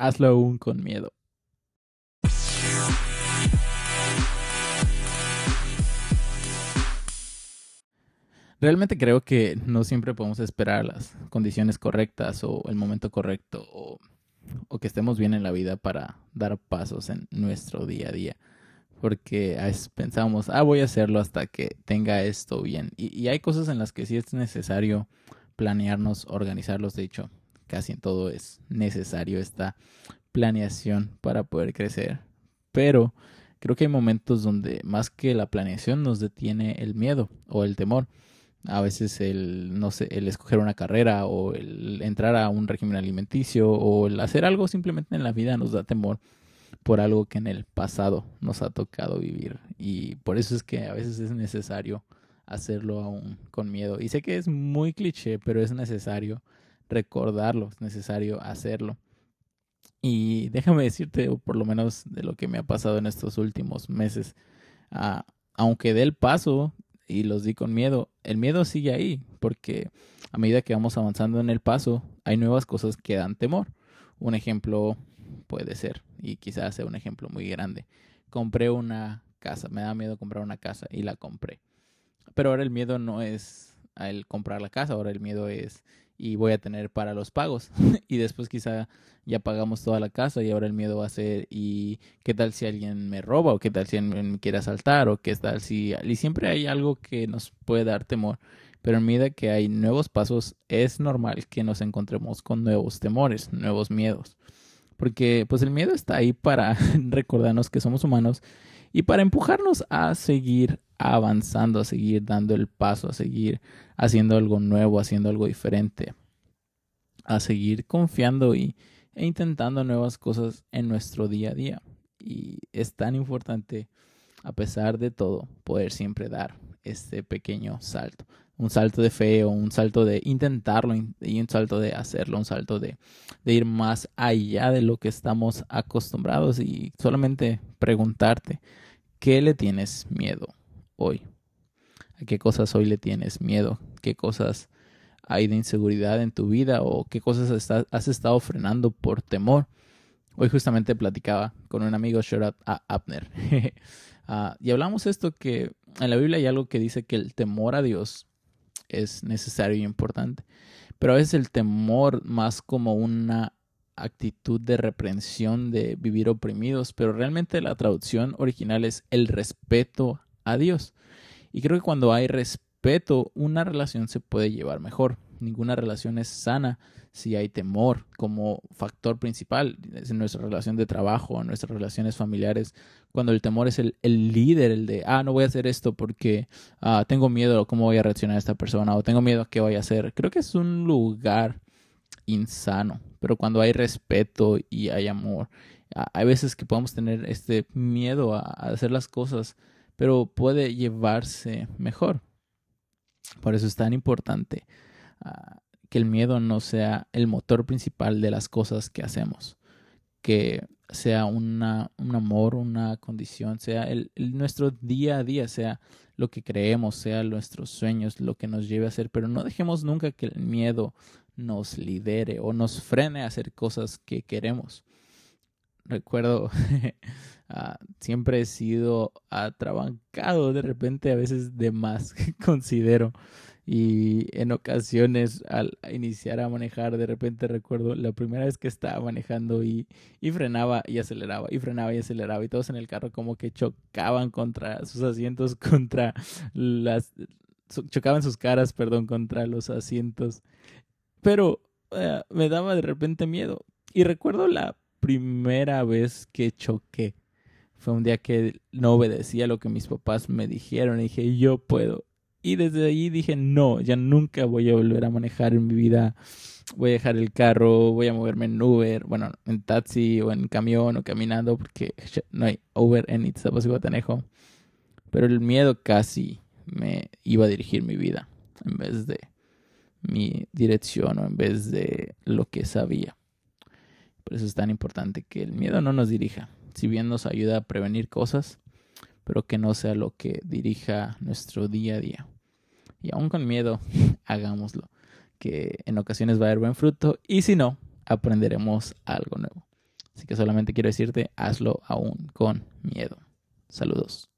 hazlo aún con miedo. Realmente creo que no siempre podemos esperar las condiciones correctas o el momento correcto o que estemos bien en la vida para dar pasos en nuestro día a día. Porque a veces pensamos, voy a hacerlo hasta que tenga esto bien. Y hay cosas en las que sí es necesario planearnos, organizarlos. De hecho, casi en todo es necesario esta planeación para poder crecer. Pero creo que hay momentos donde más que la planeación nos detiene el miedo o el temor. A veces no sé, el escoger una carrera o el entrar a un régimen alimenticio o el hacer algo simplemente en la vida nos da temor por algo que en el pasado nos ha tocado vivir. Y por eso es que a veces es necesario hacerlo aún con miedo. Y sé que es muy cliché, pero es necesario recordarlo, es necesario hacerlo. Y déjame decirte, o por lo menos de lo que me ha pasado en estos últimos meses, ah, aunque dé el paso y los di con miedo, el miedo sigue ahí, porque a medida que vamos avanzando en el paso, hay nuevas cosas que dan temor. Un ejemplo puede ser, y quizás sea un ejemplo muy grande. Compré una casa, me da miedo comprar una casa y la compré. Pero ahora el miedo no es el comprar la casa, ahora el miedo es y voy a tener para los pagos. Y después quizá ya pagamos toda la casa y ahora el miedo va a ser y qué tal si alguien me roba o qué tal si alguien me quiere asaltar o qué tal si... Y siempre hay algo que nos puede dar temor. Pero en medida que hay nuevos pasos, es normal que nos encontremos con nuevos temores, nuevos miedos. Porque pues el miedo está ahí para recordarnos que somos humanos y para empujarnos a seguir avanzando, a seguir dando el paso, a seguir haciendo algo nuevo, haciendo algo diferente, a seguir confiando e intentando nuevas cosas en nuestro día a día. Y es tan importante, a pesar de todo, poder siempre dar este pequeño salto. Un salto de fe o un salto de intentarlo y un salto de hacerlo, un salto de ir más allá de lo que estamos acostumbrados y solamente preguntarte, ¿qué le tienes miedo hoy? ¿A qué cosas hoy le tienes miedo? ¿Qué cosas hay de inseguridad en tu vida o qué cosas has estado frenando por temor? Hoy justamente platicaba con un amigo, shout out a Abner, y hablamos esto que en la Biblia hay algo que dice que el temor a Dios es necesario y importante, pero a veces el temor más como una actitud de reprensión de vivir oprimidos, pero realmente la traducción original es el respeto a Dios. Y creo que cuando hay respeto, una relación se puede llevar mejor. Ninguna relación es sana si hay temor como factor principal. Es en nuestra relación de trabajo, en nuestras relaciones familiares. Cuando el temor es el líder, el de, no voy a hacer esto porque tengo miedo a cómo voy a reaccionar a esta persona o tengo miedo a qué voy a hacer. Creo que es un lugar insano. Pero cuando hay respeto y hay amor, hay veces que podemos tener este miedo a hacer las cosas, pero puede llevarse mejor. Por eso es tan importante que el miedo no sea el motor principal de las cosas que hacemos, que sea un amor, una condición, sea nuestro día a día, sea lo que creemos, sea nuestros sueños, lo que nos lleve a hacer, pero no dejemos nunca que el miedo nos lidere o nos frene a hacer cosas que queremos. Recuerdo, siempre he sido atrabancado de repente, a veces de más, considero. Y en ocasiones al iniciar a manejar, de repente recuerdo la primera vez que estaba manejando y frenaba y aceleraba, y frenaba y aceleraba, y todos en el carro como que chocaban contra sus asientos, chocaban sus caras, perdón, contra los asientos. Pero me daba de repente miedo. Y recuerdo la primera vez que choqué. Fue un día que no obedecía lo que mis papás me dijeron. Y dije, yo puedo. Y desde ahí dije, no, ya nunca voy a volver a manejar en mi vida. Voy a dejar el carro, voy a moverme en Uber, bueno, en taxi o en camión o caminando, porque no hay Uber en Iztapacihuatanejo. Pero el miedo casi me iba a dirigir mi vida en vez de mi dirección o en vez de lo que sabía. Por eso es tan importante que el miedo no nos dirija. Si bien nos ayuda a prevenir cosas, pero que no sea lo que dirija nuestro día a día. Y aún con miedo, hagámoslo. Que en ocasiones va a haber buen fruto y si no, aprenderemos algo nuevo. Así que solamente quiero decirte, hazlo aún con miedo. Saludos.